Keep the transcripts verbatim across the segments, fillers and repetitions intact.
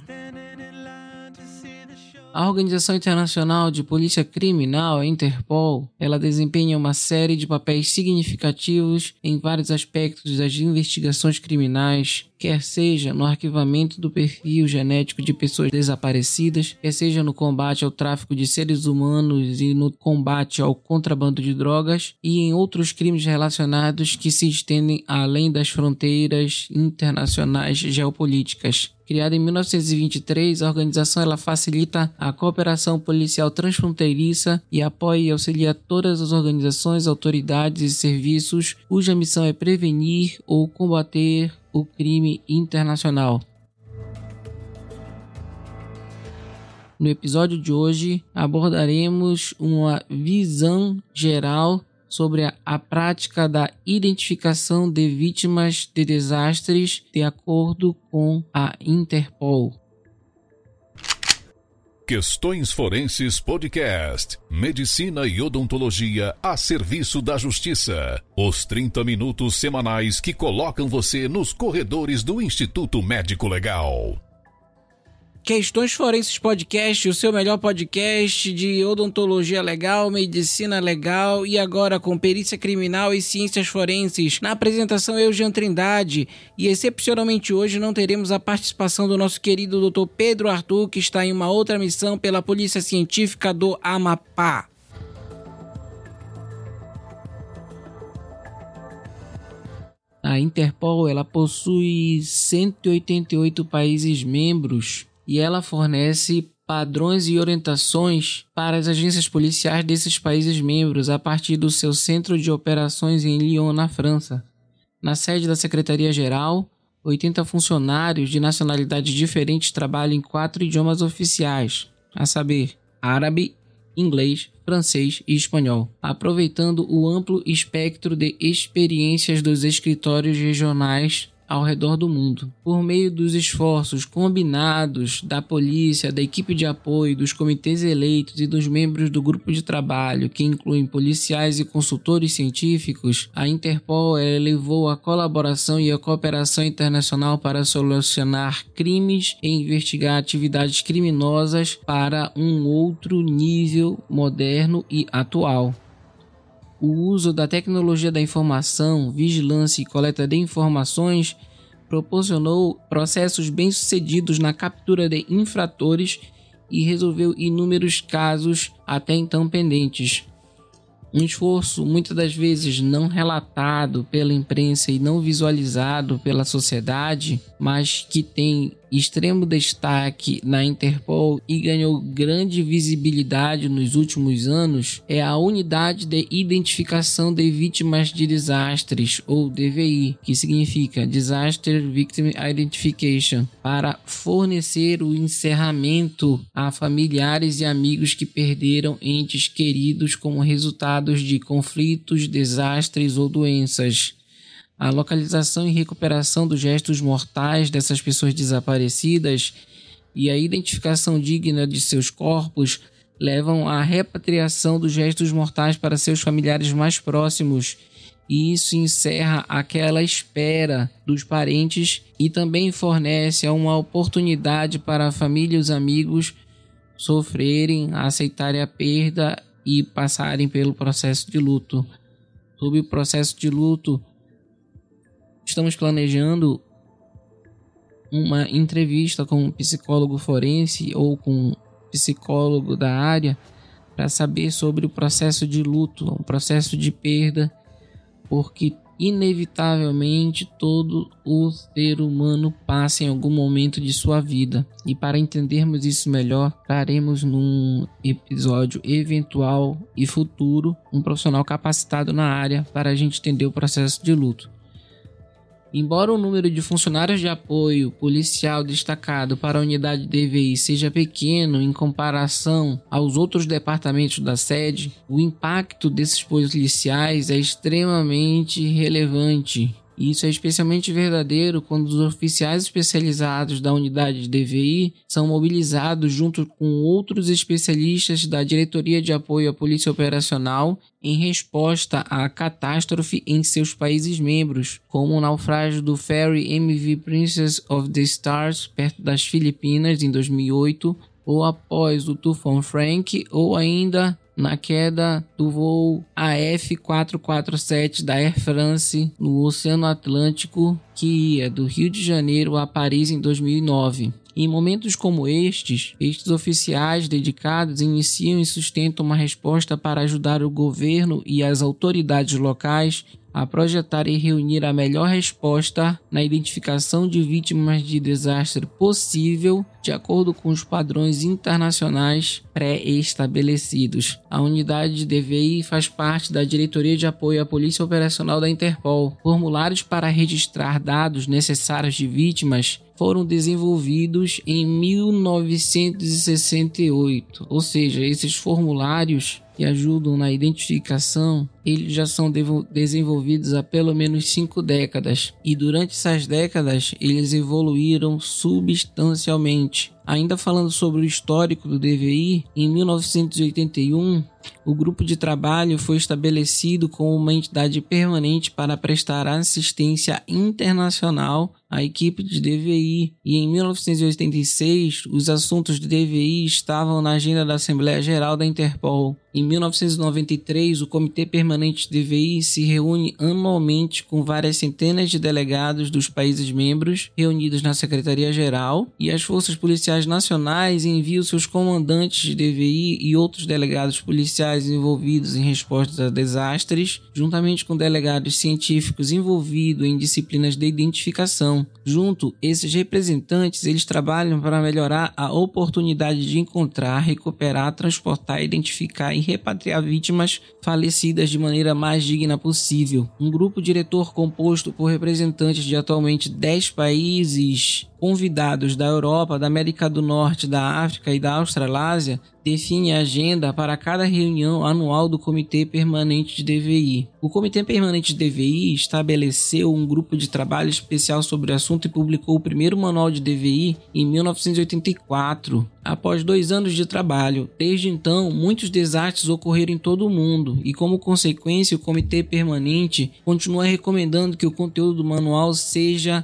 A Organização Internacional de Polícia Criminal, a Interpol, ela desempenha uma série de papéis significativos em vários aspectos das investigações criminais, quer seja no arquivamento do perfil genético de pessoas desaparecidas, quer seja no combate ao tráfico de seres humanos e no combate ao contrabando de drogas, e em outros crimes relacionados que se estendem além das fronteiras internacionais geopolíticas. Criada em mil novecentos e vinte e três, a organização ela facilita a cooperação policial transfronteiriça e apoia e auxilia todas as organizações, autoridades e serviços cuja missão é prevenir ou combater o crime internacional. No episódio de hoje, abordaremos uma visão geral sobre a, a prática da identificação de vítimas de desastres de acordo com a Interpol. Questões Forenses Podcast. Medicina e odontologia a serviço da justiça. Os trinta minutos semanais que colocam você nos corredores do Instituto Médico Legal. Questões Forenses Podcast, o seu melhor podcast de odontologia legal, medicina legal e agora com perícia criminal e ciências forenses. Na apresentação eu, Jean Trindade, e excepcionalmente hoje não teremos a participação do nosso querido doutor Pedro Arthur, que está em uma outra missão pela Polícia Científica do Amapá. A Interpol ela possui cento e oitenta e oito países membros e ela fornece padrões e orientações para as agências policiais desses países membros a partir do seu centro de operações em Lyon, na França. Na sede da Secretaria-Geral, oitenta funcionários de nacionalidades diferentes trabalham em quatro idiomas oficiais, a saber, árabe, inglês, francês e espanhol, aproveitando o amplo espectro de experiências dos escritórios regionais ao redor do mundo. Por meio dos esforços combinados da polícia, da equipe de apoio, dos comitês eleitos e dos membros do grupo de trabalho, que incluem policiais e consultores científicos, a Interpol elevou a colaboração e a cooperação internacional para solucionar crimes e investigar atividades criminosas para um outro nível moderno e atual. O uso da tecnologia da informação, vigilância e coleta de informações proporcionou processos bem-sucedidos na captura de infratores e resolveu inúmeros casos até então pendentes. Um esforço muitas das vezes não relatado pela imprensa e não visualizado pela sociedade, mas que tem extremo destaque na Interpol e ganhou grande visibilidade nos últimos anos, é a Unidade de Identificação de Vítimas de Desastres, ou D V I, que significa Disaster Victim Identification, para fornecer o encerramento a familiares e amigos que perderam entes queridos como resultados de conflitos, desastres ou doenças. A localização e recuperação dos restos mortais dessas pessoas desaparecidas e a identificação digna de seus corpos levam à repatriação dos restos mortais para seus familiares mais próximos, e isso encerra aquela espera dos parentes e também fornece uma oportunidade para a família e os amigos sofrerem, aceitarem a perda e passarem pelo processo de luto. Sobre o processo de luto, estamos planejando uma entrevista com um psicólogo forense ou com um psicólogo da área para saber sobre o processo de luto, o processo de perda, porque inevitavelmente todo o ser humano passa em algum momento de sua vida. E para entendermos isso melhor, traremos num episódio eventual e futuro um profissional capacitado na área para a gente entender o processo de luto. Embora o número de funcionários de apoio policial destacado para a unidade D V I seja pequeno em comparação aos outros departamentos da sede, o impacto desses policiais é extremamente relevante E isso é especialmente verdadeiro quando os oficiais especializados da unidade de D V I são mobilizados junto com outros especialistas da Diretoria de Apoio à Polícia Operacional em resposta à catástrofe em seus países membros, como o naufrágio do ferry M V Princess of the Stars perto das Filipinas em dois mil e oito, ou após o tufão Frank, ou ainda na queda do voo A F quatrocentos e quarenta e sete da Air France no Oceano Atlântico, que ia do Rio de Janeiro a Paris em dois mil e nove. Em momentos como estes, estes oficiais dedicados iniciam e sustentam uma resposta para ajudar o governo e as autoridades locais a projetar e reunir a melhor resposta na identificação de vítimas de desastre possível, de acordo com os padrões internacionais pré-estabelecidos. A unidade de D V I faz parte da Diretoria de Apoio à Polícia Operacional da Interpol. Formulários para registrar dados necessários de vítimas foram desenvolvidos em mil novecentos e sessenta e oito, ou seja, esses formulários que ajudam na identificação, eles já são desenvolvidos há pelo menos cinco décadas, e durante essas décadas eles evoluíram substancialmente. Ainda falando sobre o histórico do D V I, em mil novecentos e oitenta e um, o grupo de trabalho foi estabelecido como uma entidade permanente para prestar assistência internacional à equipe de D V I, e em mil novecentos e oitenta e seis os assuntos de D V I estavam na agenda da Assembleia Geral da Interpol. Em mil novecentos e noventa e três, o Comitê Permanente de D V I se reúne anualmente com várias centenas de delegados dos países membros reunidos na Secretaria-Geral, e as forças policiais nacionais enviam seus comandantes de D V I e outros delegados policiais envolvidos em respostas a desastres, juntamente com delegados científicos envolvidos em disciplinas de identificação. Junto, esses representantes eles trabalham para melhorar a oportunidade de encontrar, recuperar, transportar, identificar e repatriar vítimas falecidas de maneira mais digna possível. Um grupo diretor composto por representantes de atualmente dez países convidados da Europa, da América do Norte, da África e da Australásia define a agenda para cada reunião anual do Comitê Permanente de D V I. O Comitê Permanente de D V I estabeleceu um grupo de trabalho especial sobre o assunto e publicou o primeiro manual de D V I em mil novecentos e oitenta e quatro, após dois anos de trabalho. Desde então, muitos desastres ocorreram em todo o mundo e, como consequência, o Comitê Permanente continua recomendando que o conteúdo do manual seja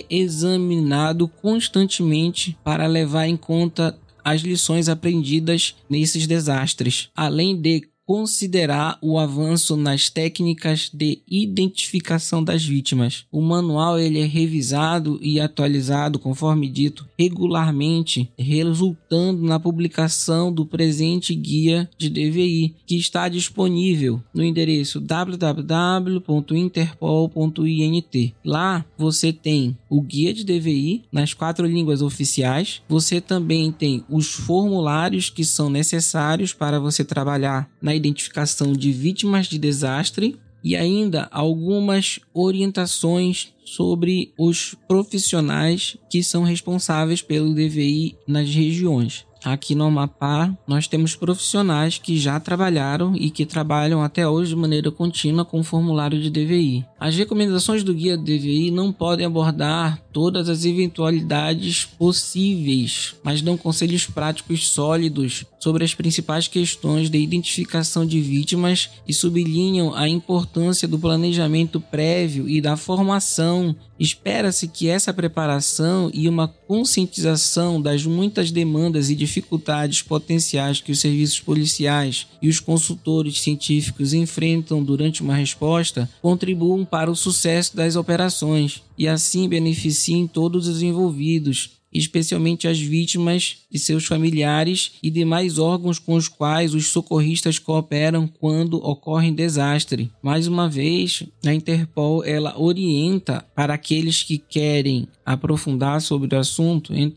reexaminado constantemente para levar em conta as lições aprendidas nesses desastres, além de considerar o avanço nas técnicas de identificação das vítimas. O manual ele é revisado e atualizado, conforme dito, regularmente, resultando na publicação do presente guia de D V I, que está disponível no endereço w w w ponto interpol ponto i n t. Lá você tem o guia de D V I nas quatro línguas oficiais. Você também tem os formulários que são necessários para você trabalhar na identificação de vítimas de desastre e ainda algumas orientações sobre os profissionais que são responsáveis pelo D V I nas regiões. Aqui no Amapá, nós temos profissionais que já trabalharam e que trabalham até hoje de maneira contínua com o formulário de D V I. As recomendações do guia D V I não podem abordar todas as eventualidades possíveis, mas dão conselhos práticos sólidos sobre as principais questões de identificação de vítimas e sublinham a importância do planejamento prévio e da formação. Espera-se que essa preparação e uma conscientização das muitas demandas e dificuldades potenciais que os serviços policiais e os consultores científicos enfrentam durante uma resposta contribuam para o sucesso das operações e assim beneficiem todos os envolvidos, especialmente as vítimas e seus familiares e demais órgãos com os quais os socorristas cooperam quando ocorre desastre. Mais uma vez, a Interpol ela orienta para aqueles que querem aprofundar sobre o assunto entrar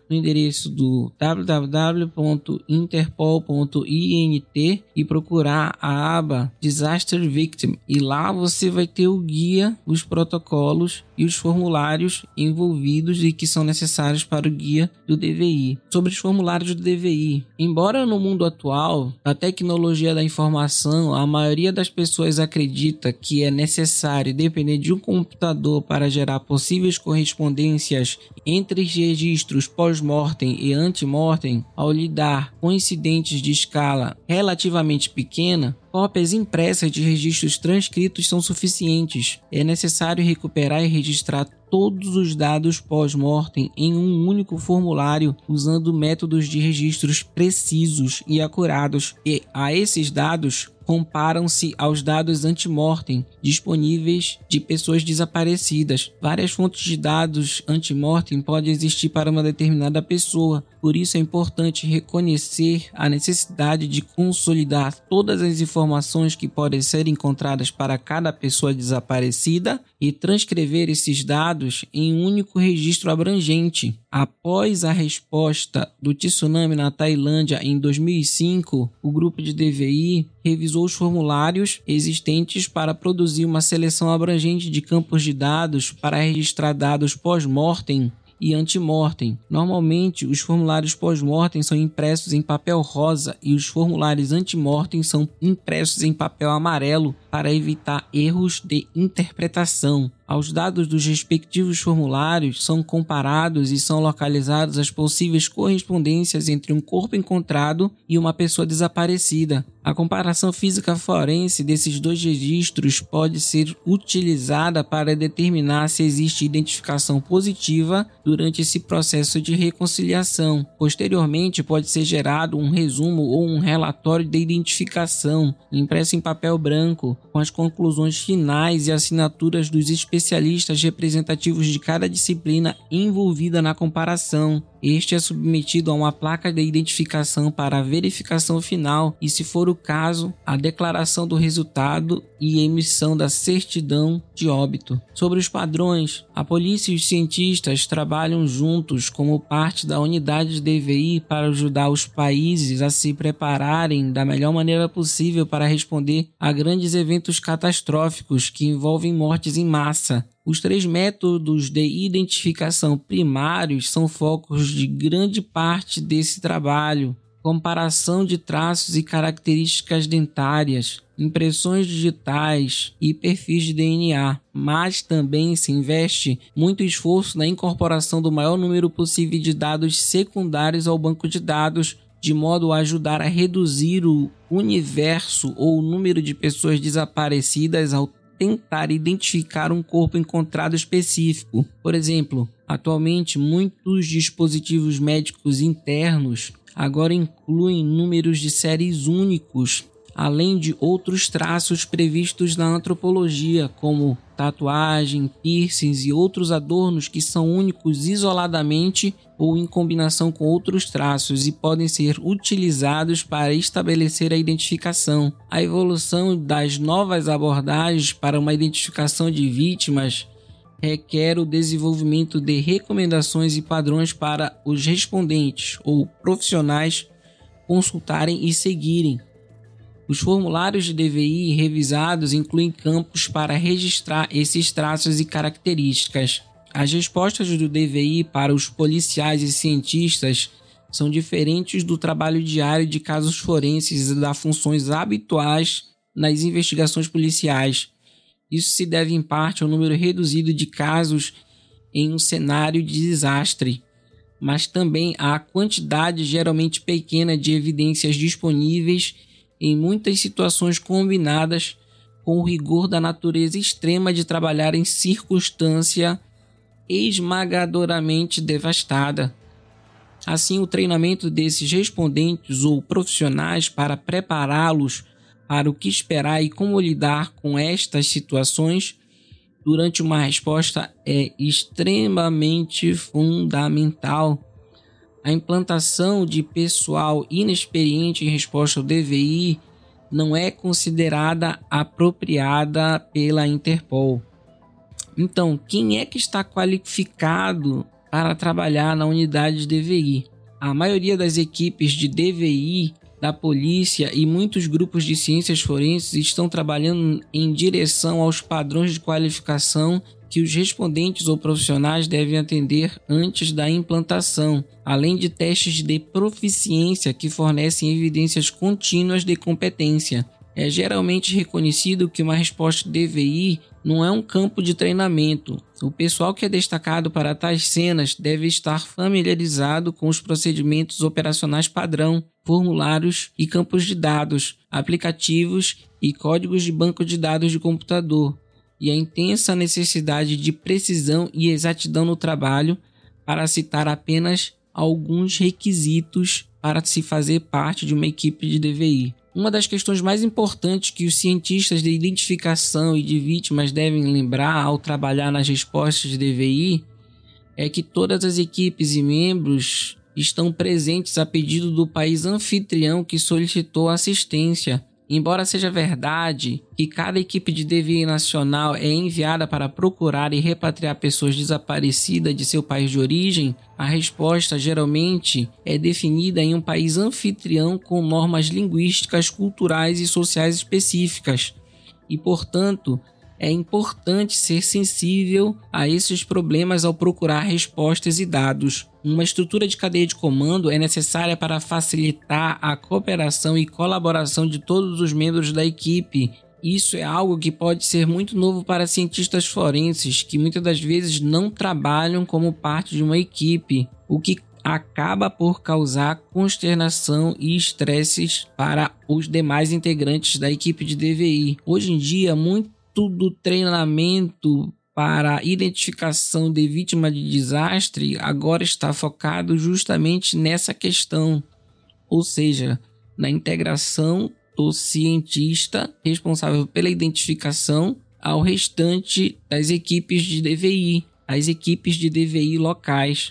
no endereço do w w w ponto interpol ponto i n t e procurar a aba Disaster Victim, e lá você vai ter o guia, os protocolos e os formulários envolvidos e que são necessários para o guia do D V I. Sobre os formulários do D V I, embora no mundo atual da tecnologia da informação, a maioria das pessoas acredita que é necessário depender de um computador para gerar possíveis correspondências entre registros pós-mortem e ante-mortem, ao lidar com incidentes de escala relativamente pequena, cópias impressas de registros transcritos são suficientes. É necessário recuperar e registrar todos os dados pós-mortem em um único formulário usando métodos de registros precisos e acurados, e a esses dados comparam-se aos dados antemortem disponíveis de pessoas desaparecidas. Várias fontes de dados antemortem podem existir para uma determinada pessoa, por isso é importante reconhecer a necessidade de consolidar todas as informações que podem ser encontradas para cada pessoa desaparecida e transcrever esses dados em um único registro abrangente. Após a resposta do tsunami na Tailândia em dois mil e cinco, o grupo de D V I revisou os formulários existentes para produzir uma seleção abrangente de campos de dados para registrar dados pós-mortem e antemortem. Normalmente, os formulários pós-mortem são impressos em papel rosa e os formulários antemortem são impressos em papel amarelo para evitar erros de interpretação. Aos dados dos respectivos formulários são comparados e são localizados as possíveis correspondências entre um corpo encontrado e uma pessoa desaparecida. A comparação física forense desses dois registros pode ser utilizada para determinar se existe identificação positiva durante esse processo de reconciliação. Posteriormente, pode ser gerado um resumo ou um relatório de identificação, impresso em papel branco, com as conclusões finais e assinaturas dos especialistas representativos de cada disciplina envolvida na comparação. Este é submetido a uma placa de identificação para a verificação final e, se for o caso, a declaração do resultado e emissão da certidão de óbito. Sobre os padrões, a polícia e os cientistas trabalham juntos como parte da unidade de D V I para ajudar os países a se prepararem da melhor maneira possível para responder a grandes eventos catastróficos que envolvem mortes em massa. Os três métodos de identificação primários são focos de grande parte desse trabalho: comparação de traços e características dentárias, impressões digitais e perfis de D N A, mas também se investe muito esforço na incorporação do maior número possível de dados secundários ao banco de dados, de modo a ajudar a reduzir o universo ou o número de pessoas desaparecidas ao tentar identificar um corpo encontrado específico. Por exemplo, atualmente muitos dispositivos médicos internos agora incluem números de séries únicos, além de outros traços previstos na antropologia, como tatuagem, piercings e outros adornos que são únicos isoladamente ou em combinação com outros traços e podem ser utilizados para estabelecer a identificação. A evolução das novas abordagens para uma identificação de vítimas requer o desenvolvimento de recomendações e padrões para os respondentes ou profissionais consultarem e seguirem. Os formulários de D V I revisados incluem campos para registrar esses traços e características. As respostas do D V I para os policiais e cientistas são diferentes do trabalho diário de casos forenses e das funções habituais nas investigações policiais. Isso se deve em parte ao número reduzido de casos em um cenário de desastre, mas também à quantidade geralmente pequena de evidências disponíveis em muitas situações combinadas com o rigor da natureza extrema de trabalhar em circunstância esmagadoramente devastada. Assim, o treinamento desses respondentes ou profissionais para prepará-los para o que esperar e como lidar com estas situações durante uma resposta é extremamente fundamental. A implantação de pessoal inexperiente em resposta ao D V I não é considerada apropriada pela Interpol. Então, quem é que está qualificado para trabalhar na unidade de D V I. A maioria das equipes de D V I da polícia e muitos grupos de ciências forenses estão trabalhando em direção aos padrões de qualificação que os respondentes ou profissionais devem atender antes da implantação, além de testes de proficiência que fornecem evidências contínuas de competência. É geralmente reconhecido que uma resposta de D V I não é um campo de treinamento. O pessoal que é destacado para tais cenas deve estar familiarizado com os procedimentos operacionais padrão, formulários e campos de dados, aplicativos e códigos de banco de dados de computador, e a intensa necessidade de precisão e exatidão no trabalho, para citar apenas alguns requisitos para se fazer parte de uma equipe de D V I. Uma das questões mais importantes que os cientistas de identificação e de vítimas devem lembrar ao trabalhar nas respostas de D V I é que todas as equipes e membros estão presentes a pedido do país anfitrião que solicitou assistência. Embora seja verdade que cada equipe de D V I nacional é enviada para procurar e repatriar pessoas desaparecidas de seu país de origem, a resposta geralmente é definida em um país anfitrião com normas linguísticas, culturais e sociais específicas. E, portanto, é importante ser sensível a esses problemas ao procurar respostas e dados. Uma estrutura de cadeia de comando é necessária para facilitar a cooperação e colaboração de todos os membros da equipe. Isso é algo que pode ser muito novo para cientistas forenses, que muitas das vezes não trabalham como parte de uma equipe, o que acaba por causar consternação e estresses para os demais integrantes da equipe de D V I. Hoje em dia, muito do treinamento para identificação de vítima de desastre agora está focado justamente nessa questão, ou seja, na integração do cientista responsável pela identificação ao restante das equipes de D V I, as equipes de D V I locais.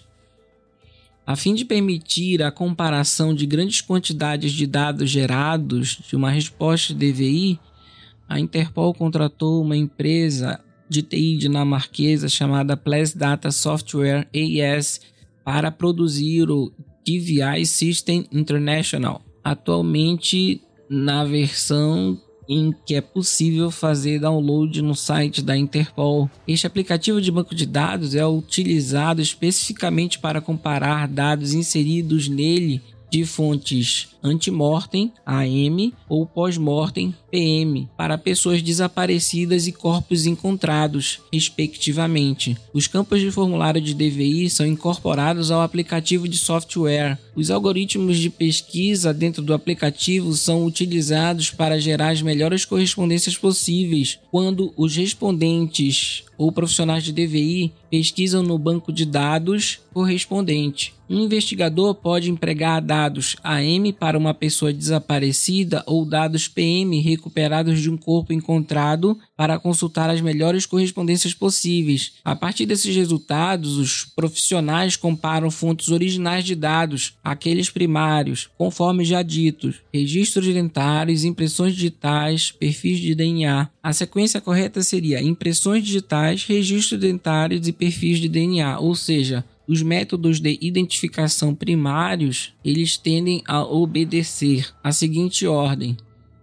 A fim de permitir a comparação de grandes quantidades de dados gerados de uma resposta de D V I, a Interpol contratou uma empresa de T I dinamarquesa chamada Ples Data Software A S para produzir o D V I System International, atualmente na versão em que é possível fazer download no site da Interpol. Este aplicativo de banco de dados é utilizado especificamente para comparar dados inseridos nele de fontes antemortem, A M, ou pós-mortem, P M, para pessoas desaparecidas e corpos encontrados, respectivamente. Os campos de formulário de D V I são incorporados ao aplicativo de software. Os algoritmos de pesquisa dentro do aplicativo são utilizados para gerar as melhores correspondências possíveis quando os respondentes ou profissionais de D V I pesquisam no banco de dados correspondente. Um investigador pode empregar dados A M para uma pessoa desaparecida ou dados P M recuperados de um corpo encontrado para consultar as melhores correspondências possíveis. A partir desses resultados, os profissionais comparam fontes originais de dados, aqueles primários, conforme já ditos, registros dentários, impressões digitais, perfis de D N A. A sequência correta seria impressões digitais, registros dentários e perfis de D N A, ou seja, os métodos de identificação primários, eles tendem a obedecer a seguinte ordem: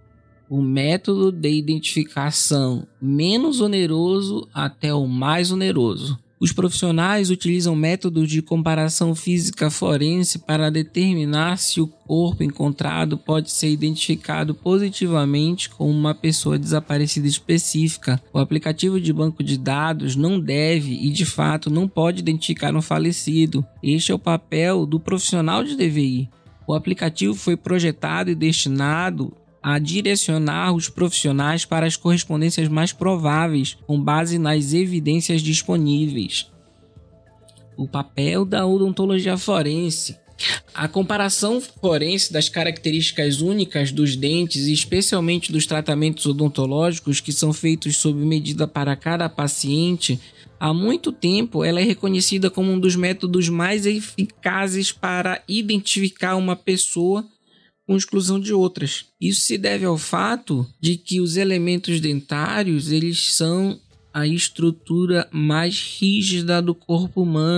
o método de identificação menos oneroso até o mais oneroso. Os profissionais utilizam métodos de comparação física forense para determinar se o corpo encontrado pode ser identificado positivamente como uma pessoa desaparecida específica. O aplicativo de banco de dados não deve e, de fato, não pode identificar um falecido. Este é o papel do profissional de D V I. O aplicativo foi projetado e destinado a direcionar os profissionais para as correspondências mais prováveis, com base nas evidências disponíveis. O papel da odontologia forense. A comparação forense das características únicas dos dentes, e especialmente dos tratamentos odontológicos que são feitos sob medida para cada paciente, há muito tempo ela é reconhecida como um dos métodos mais eficazes para identificar uma pessoa com exclusão de outras. Isso se deve ao fato de que os elementos dentários eles são a estrutura mais rígida do corpo humano,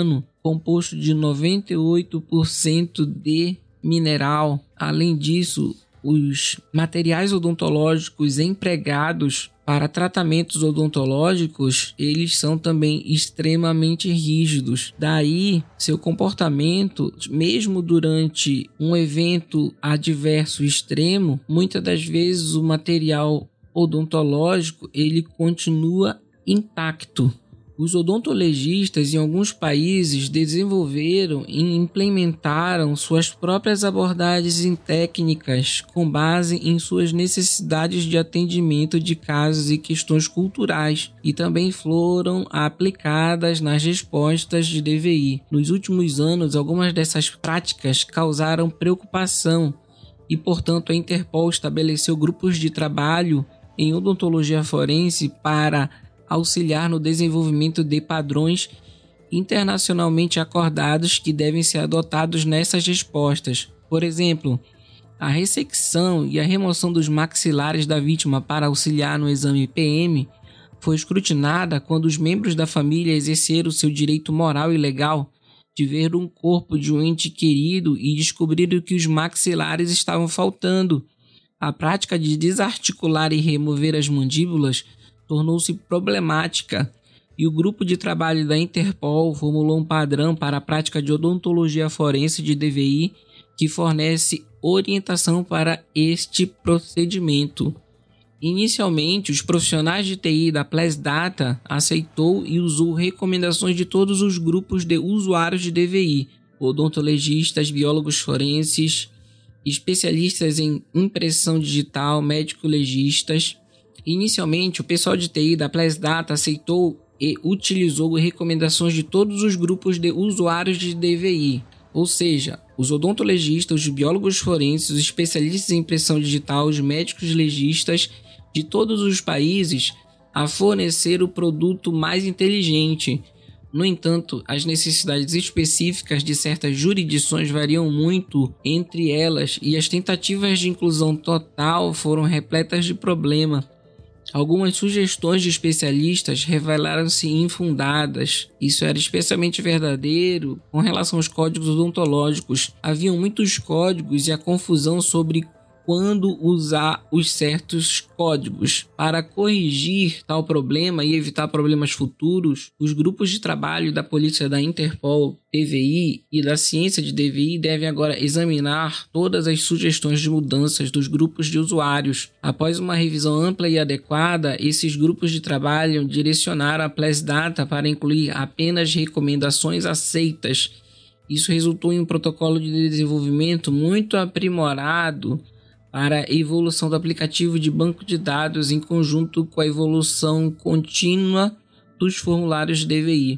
composto de noventa e oito por cento de mineral. Além disso, os materiais odontológicos empregados para tratamentos odontológicos, eles são também extremamente rígidos. Daí, seu comportamento, mesmo durante um evento adverso extremo, muitas das vezes o material odontológico ele continua intacto. Os odontologistas em alguns países desenvolveram e implementaram suas próprias abordagens técnicas com base em suas necessidades de atendimento de casos e questões culturais e também foram aplicadas nas respostas de D V I. Nos últimos anos, algumas dessas práticas causaram preocupação e, portanto, a Interpol estabeleceu grupos de trabalho em odontologia forense para auxiliar no desenvolvimento de padrões internacionalmente acordados que devem ser adotados nessas respostas. Por exemplo, a ressecção e a remoção dos maxilares da vítima para auxiliar no exame P M foi escrutinada quando os membros da família exerceram seu direito moral e legal de ver um corpo de um ente querido e descobriram que os maxilares estavam faltando. A prática de desarticular e remover as mandíbulas tornou-se problemática e o grupo de trabalho da Interpol formulou um padrão para a prática de odontologia forense de D V I que fornece orientação para este procedimento. Inicialmente, os profissionais de T I da PlesData aceitou e usou recomendações de todos os grupos de usuários de D V I, odontologistas, biólogos forenses, especialistas em impressão digital, médico-legistas. Inicialmente, o pessoal de T I da PlesData aceitou e utilizou recomendações de todos os grupos de usuários de D V I, ou seja, os odontologistas, os biólogos forenses, os especialistas em impressão digital, os médicos legistas de todos os países a fornecer o produto mais inteligente. No entanto, as necessidades específicas de certas jurisdições variam muito entre elas e as tentativas de inclusão total foram repletas de problema. Algumas sugestões de especialistas revelaram-se infundadas. Isso era especialmente verdadeiro com relação aos códigos odontológicos. Haviam muitos códigos e a confusão sobre quando usar os certos códigos. Para corrigir tal problema e evitar problemas futuros, os grupos de trabalho da polícia da Interpol, D V I e da ciência de D V I devem agora examinar todas as sugestões de mudanças dos grupos de usuários. Após uma revisão ampla e adequada, esses grupos de trabalho direcionaram a PlesData para incluir apenas recomendações aceitas. Isso resultou em um protocolo de desenvolvimento muito aprimorado para a evolução do aplicativo de banco de dados em conjunto com a evolução contínua dos formulários de D V I.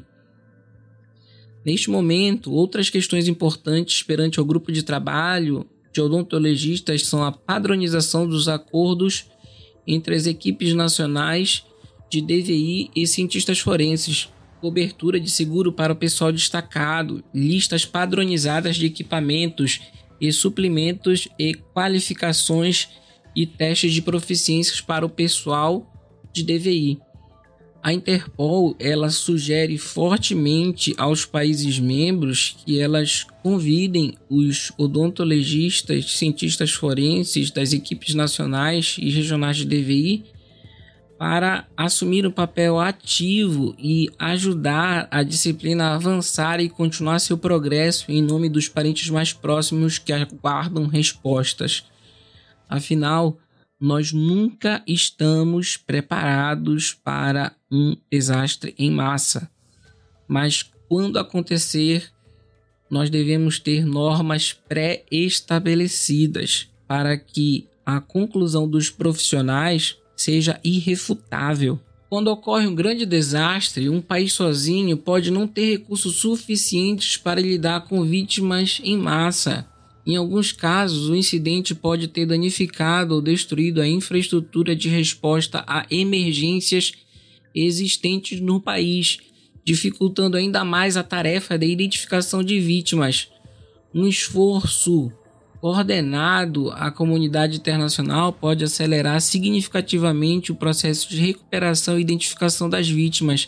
Neste momento, outras questões importantes perante o grupo de trabalho de odontologistas são a padronização dos acordos entre as equipes nacionais de D V I e cientistas forenses, cobertura de seguro para o pessoal destacado, listas padronizadas de equipamentos e suplementos e qualificações e testes de proficiências para o pessoal de D V I. A Interpol ela sugere fortemente aos países membros que elas convidem os odontologistas, cientistas forenses das equipes nacionais e regionais de D V I para assumir um papel ativo e ajudar a disciplina a avançar e continuar seu progresso em nome dos parentes mais próximos que aguardam respostas. Afinal, nós nunca estamos preparados para um desastre em massa, mas quando acontecer, nós devemos ter normas pré-estabelecidas para que a conclusão dos profissionais seja irrefutável. Quando ocorre um grande desastre, um país sozinho pode não ter recursos suficientes para lidar com vítimas em massa. Em alguns casos, o incidente pode ter danificado ou destruído a infraestrutura de resposta a emergências existentes no país, dificultando ainda mais a tarefa da identificação de vítimas. Um esforço coordenado à comunidade internacional pode acelerar significativamente o processo de recuperação e identificação das vítimas,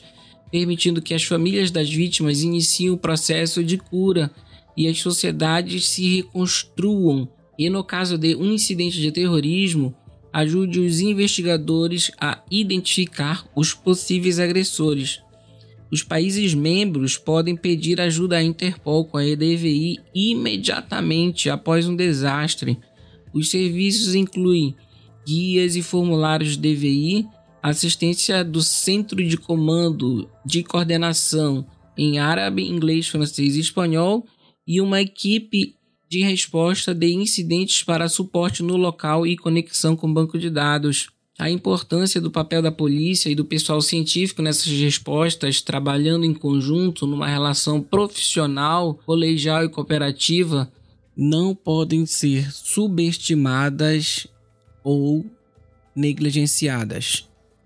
permitindo que as famílias das vítimas iniciem o processo de cura e as sociedades se reconstruam. E no caso de um incidente de terrorismo, ajude os investigadores a identificar os possíveis agressores. Os países membros podem pedir ajuda à Interpol com a E D V I imediatamente após um desastre. Os serviços incluem guias e formulários D V I, assistência do Centro de Comando de Coordenação em árabe, inglês, francês e espanhol e uma equipe de resposta de incidentes para suporte no local e conexão com o banco de dados. A importância do papel da polícia e do pessoal científico nessas respostas, trabalhando em conjunto numa relação profissional, colegial e cooperativa, não podem ser subestimadas ou negligenciadas.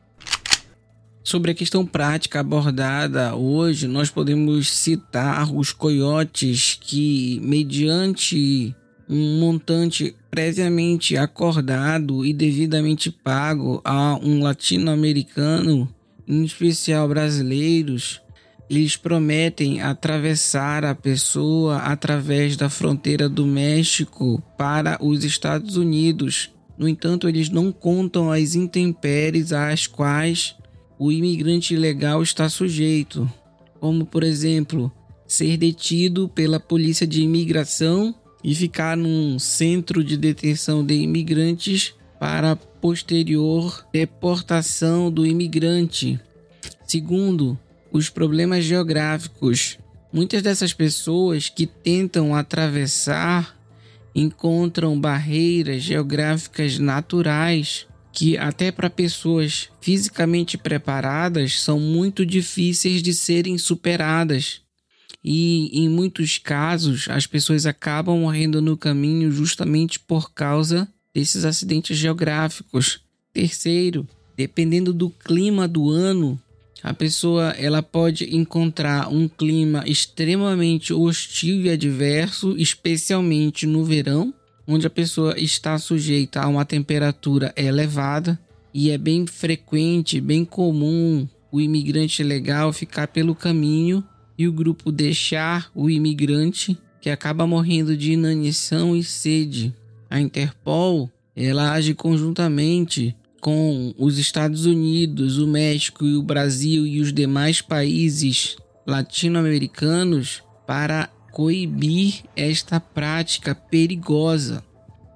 Sobre a questão prática abordada hoje, nós podemos citar os coiotes que, mediante um montante previamente acordado e devidamente pago a um latino-americano, em especial brasileiros, eles prometem atravessar a pessoa através da fronteira do México para os Estados Unidos. No entanto, eles não contam as intempéries às quais o imigrante ilegal está sujeito, como, por exemplo, ser detido pela polícia de imigração e ficar num centro de detenção de imigrantes para posterior deportação do imigrante. Segundo, os problemas geográficos. Muitas dessas pessoas que tentam atravessar encontram barreiras geográficas naturais que até para pessoas fisicamente preparadas são muito difíceis de serem superadas. E em muitos casos as pessoas acabam morrendo no caminho justamente por causa desses acidentes geográficos. Terceiro, dependendo do clima do ano, a pessoa ela pode encontrar um clima extremamente hostil e adverso, especialmente no verão, onde a pessoa está sujeita a uma temperatura elevada e é bem frequente, bem comum o imigrante ilegal ficar pelo caminho e o grupo deixar o imigrante, que acaba morrendo de inanição e sede. A Interpol ela age conjuntamente com os Estados Unidos, o México e o Brasil e os demais países latino-americanos para coibir esta prática perigosa.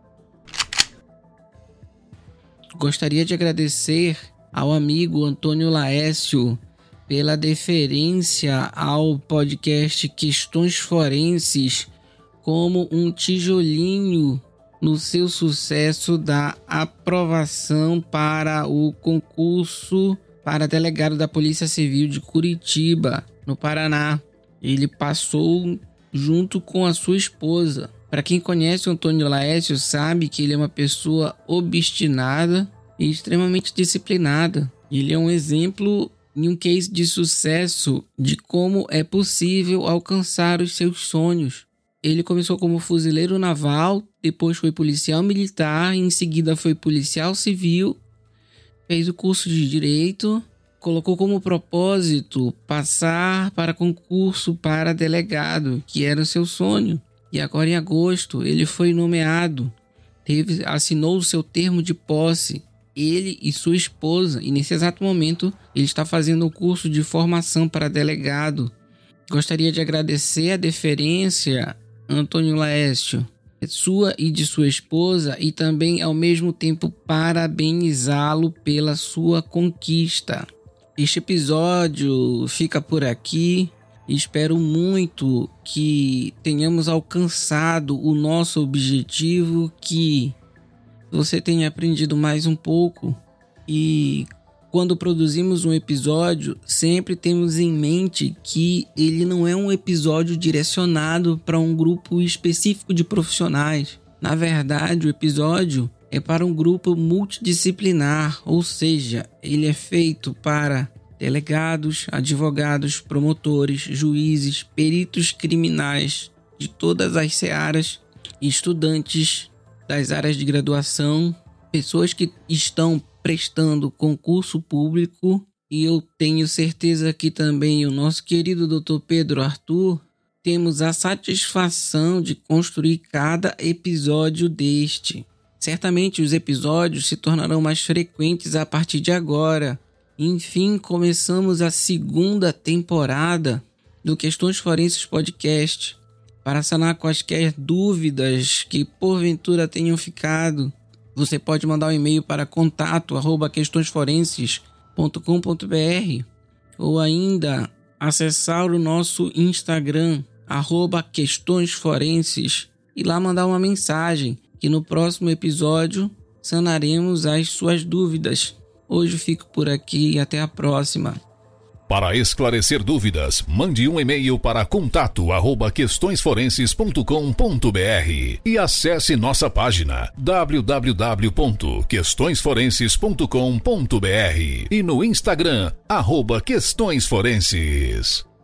Gostaria de agradecer ao amigo Antônio Laécio pela deferência ao podcast Questões Forenses como um tijolinho no seu sucesso da aprovação para o concurso para delegado da Polícia Civil de Curitiba, no Paraná. Ele passou junto com a sua esposa. Para quem conhece o Antônio Laécio sabe que ele é uma pessoa obstinada e extremamente disciplinada. Ele é um exemplo e um case de sucesso de como é possível alcançar os seus sonhos. Ele começou como fuzileiro naval, depois foi policial militar, em seguida foi policial civil, fez o curso de direito, colocou como propósito passar para concurso para delegado, que era o seu sonho. E agora em agosto ele foi nomeado, teve, assinou o seu termo de posse, ele e sua esposa, e nesse exato momento ele está fazendo o curso de formação para delegado. Gostaria de agradecer a deferência, Antônio Laécio, sua e de sua esposa, e também ao mesmo tempo parabenizá-lo pela sua conquista. Este episódio fica por aqui. Espero muito que tenhamos alcançado o nosso objetivo, que você tenha aprendido mais um pouco. E quando produzimos um episódio, sempre temos em mente que ele não é um episódio direcionado para um grupo específico de profissionais. Na verdade, o episódio é para um grupo multidisciplinar, ou seja, ele é feito para delegados, advogados, promotores, juízes, peritos criminais de todas as searas, estudantes das áreas de graduação, pessoas que estão prestando concurso público e eu tenho certeza que também o nosso querido doutor Pedro Arthur temos a satisfação de construir cada episódio deste. Certamente os episódios se tornarão mais frequentes a partir de agora. Enfim, começamos a segunda temporada do Questões Forenses Podcast. Para sanar quaisquer dúvidas que porventura tenham ficado, você pode mandar um e-mail para contato arroba questões forenses ponto com ponto br ou ainda acessar o nosso Instagram arroba questões forenses e lá mandar uma mensagem que no próximo episódio sanaremos as suas dúvidas. Hoje fico por aqui e até a próxima. Para esclarecer dúvidas, mande um e-mail para contato arroba questões forenses ponto com ponto br e acesse nossa página w w w ponto questões forenses ponto com ponto br e no Instagram arroba questões forenses.